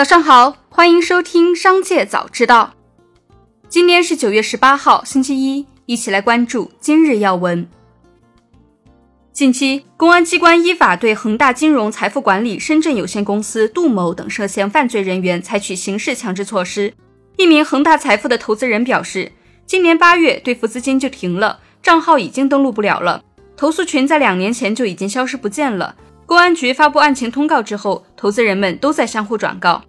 早上好，欢迎收听商界早知道。今天是9月18号，星期一，一起来关注今日要闻。近期，公安机关依法对恒大金融财富管理深圳有限公司杜某等涉嫌犯罪人员采取刑事强制措施。一名恒大财富的投资人表示，今年8月兑付资金就停了，账号已经登录不了了，投诉群在2年前就已经消失不见了。公安局发布案情通告之后，投资人们都在相互转告。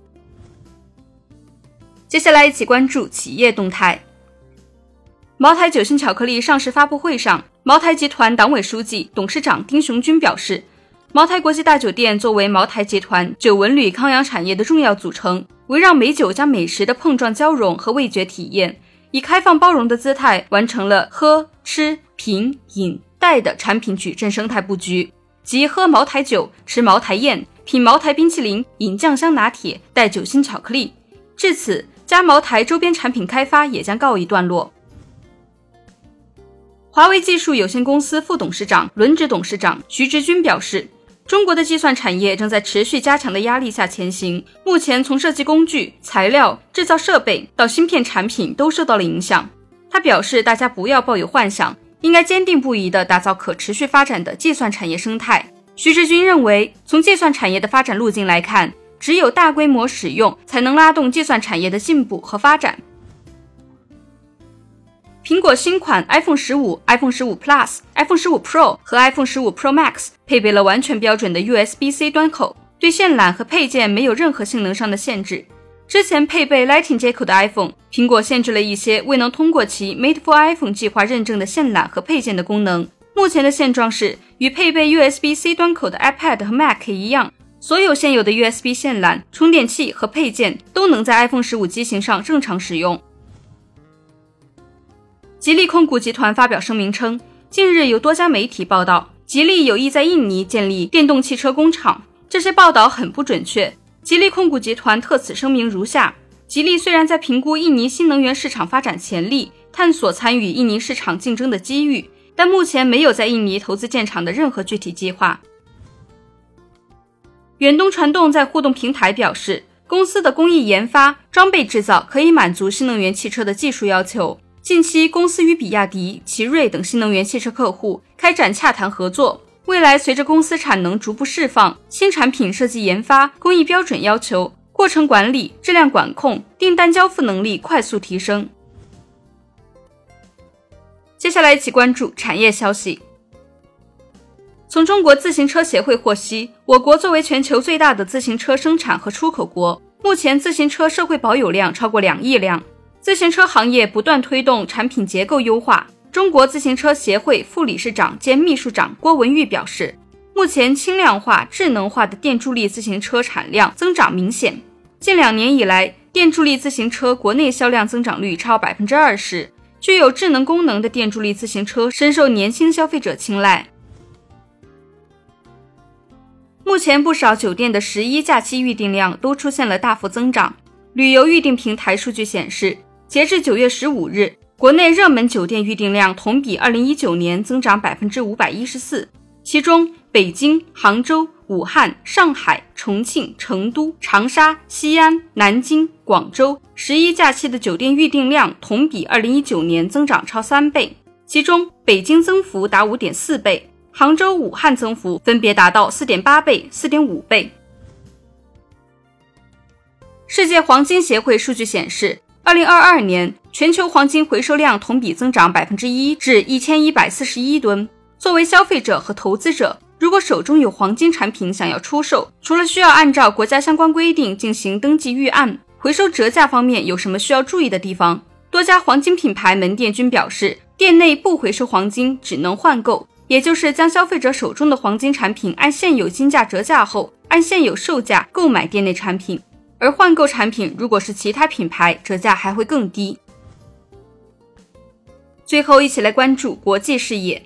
接下来一起关注企业动态。茅台酒心巧克力上市发布会上，茅台集团党委书记、董事长丁雄军表示，茅台国际大酒店作为茅台集团酒文旅康养产业的重要组成，围绕美酒加美食的碰撞交融和味觉体验，以开放包容的姿态完成了喝、吃、品、饮、带的产品矩阵生态布局，即喝茅台酒、吃茅台宴、品茅台冰淇淋、饮酱香拿铁、带酒心巧克力。至此，加茅台周边产品开发也将告一段落。华为技术有限公司副董事长、轮值董事长徐直军表示，中国的计算产业正在持续加强的压力下前行，目前从设计工具、材料、制造设备到芯片产品都受到了影响。他表示，大家不要抱有幻想，应该坚定不移地打造可持续发展的计算产业生态。徐直军认为，从计算产业的发展路径来看，只有大规模使用才能拉动计算产业的进步和发展。苹果新款 iPhone 15、iPhone 15 Plus、iPhone 15 Pro 和 iPhone 15 Pro Max 配备了完全标准的 USB-C 端口，对线缆和配件没有任何性能上的限制。之前配备 Lightning 接口的 iPhone， 苹果限制了一些未能通过其 Made for iPhone 计划认证的线缆和配件的功能。目前的现状是，与配备 USB-C 端口的 iPad 和 Mac 一样，所有现有的 USB 线缆、充电器和配件都能在 iPhone 15机型上正常使用。吉利控股集团发表声明称，近日有多家媒体报道，吉利有意在印尼建立电动汽车工厂，这些报道很不准确。吉利控股集团特此声明如下：吉利虽然在评估印尼新能源市场发展潜力，探索参与印尼市场竞争的机遇，但目前没有在印尼投资建厂的任何具体计划。远东传动在互动平台表示，公司的工艺研发、装备制造可以满足新能源汽车的技术要求。近期，公司与比亚迪、奇瑞等新能源汽车客户开展洽谈合作。未来，随着公司产能逐步释放，新产品设计研发、工艺标准要求、过程管理、质量管控、订单交付能力快速提升。接下来一起关注产业消息。从中国自行车协会获悉，我国作为全球最大的自行车生产和出口国，目前自行车社会保有量超过2亿辆。自行车行业不断推动产品结构优化。中国自行车协会副理事长兼秘书长郭文玉表示，目前轻量化、智能化的电助力自行车产量增长明显。近2年以来，电助力自行车国内销量增长率超 20%， 具有智能功能的电助力自行车深受年轻消费者青睐。目前不少酒店的11假期预订量都出现了大幅增长。旅游预订平台数据显示，截至9月15日，国内热门酒店预订量同比2019年增长 514%， 其中北京、杭州、武汉、上海、重庆、成都、长沙、西安、南京、广州11假期的酒店预订量同比2019年增长超3倍，其中北京增幅达 5.4 倍，杭州、武汉增幅分别达到 4.8 倍、4.5倍。世界黄金协会数据显示，2022年全球黄金回收量同比增长 1% 至1141吨。作为消费者和投资者，如果手中有黄金产品想要出售，除了需要按照国家相关规定进行登记预案，回收折价方面有什么需要注意的地方？多家黄金品牌门店均表示，店内不回收黄金，只能换购，也就是将消费者手中的黄金产品按现有金价折价后，按现有售价购买店内产品。而换购产品如果是其他品牌，折价还会更低。最后一起来关注国际视野。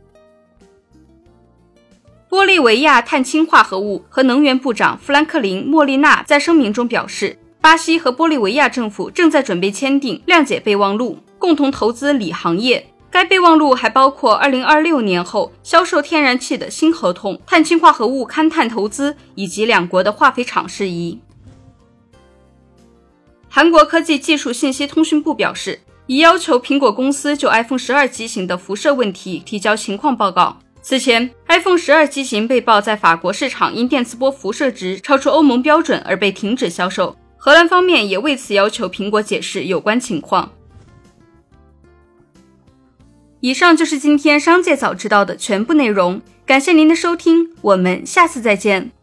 玻利维亚碳氢化合物和能源部长富兰克林·莫利纳在声明中表示，巴西和玻利维亚政府正在准备签订谅解备忘录，共同投资锂行业。该备忘录还包括2026年后销售天然气的新合同、碳氢化合物勘探投资以及两国的化肥厂事宜。 韩国科技技术信息通讯部表示，已要求苹果公司就 iPhone 12机型的辐射问题提交情况报告。此前 iPhone 12机型被曝在法国市场因电磁波辐射值超出欧盟标准而被停止销售，荷兰方面也为此要求苹果解释有关情况。以上就是今天商界早知道的全部内容，感谢您的收听，我们下次再见。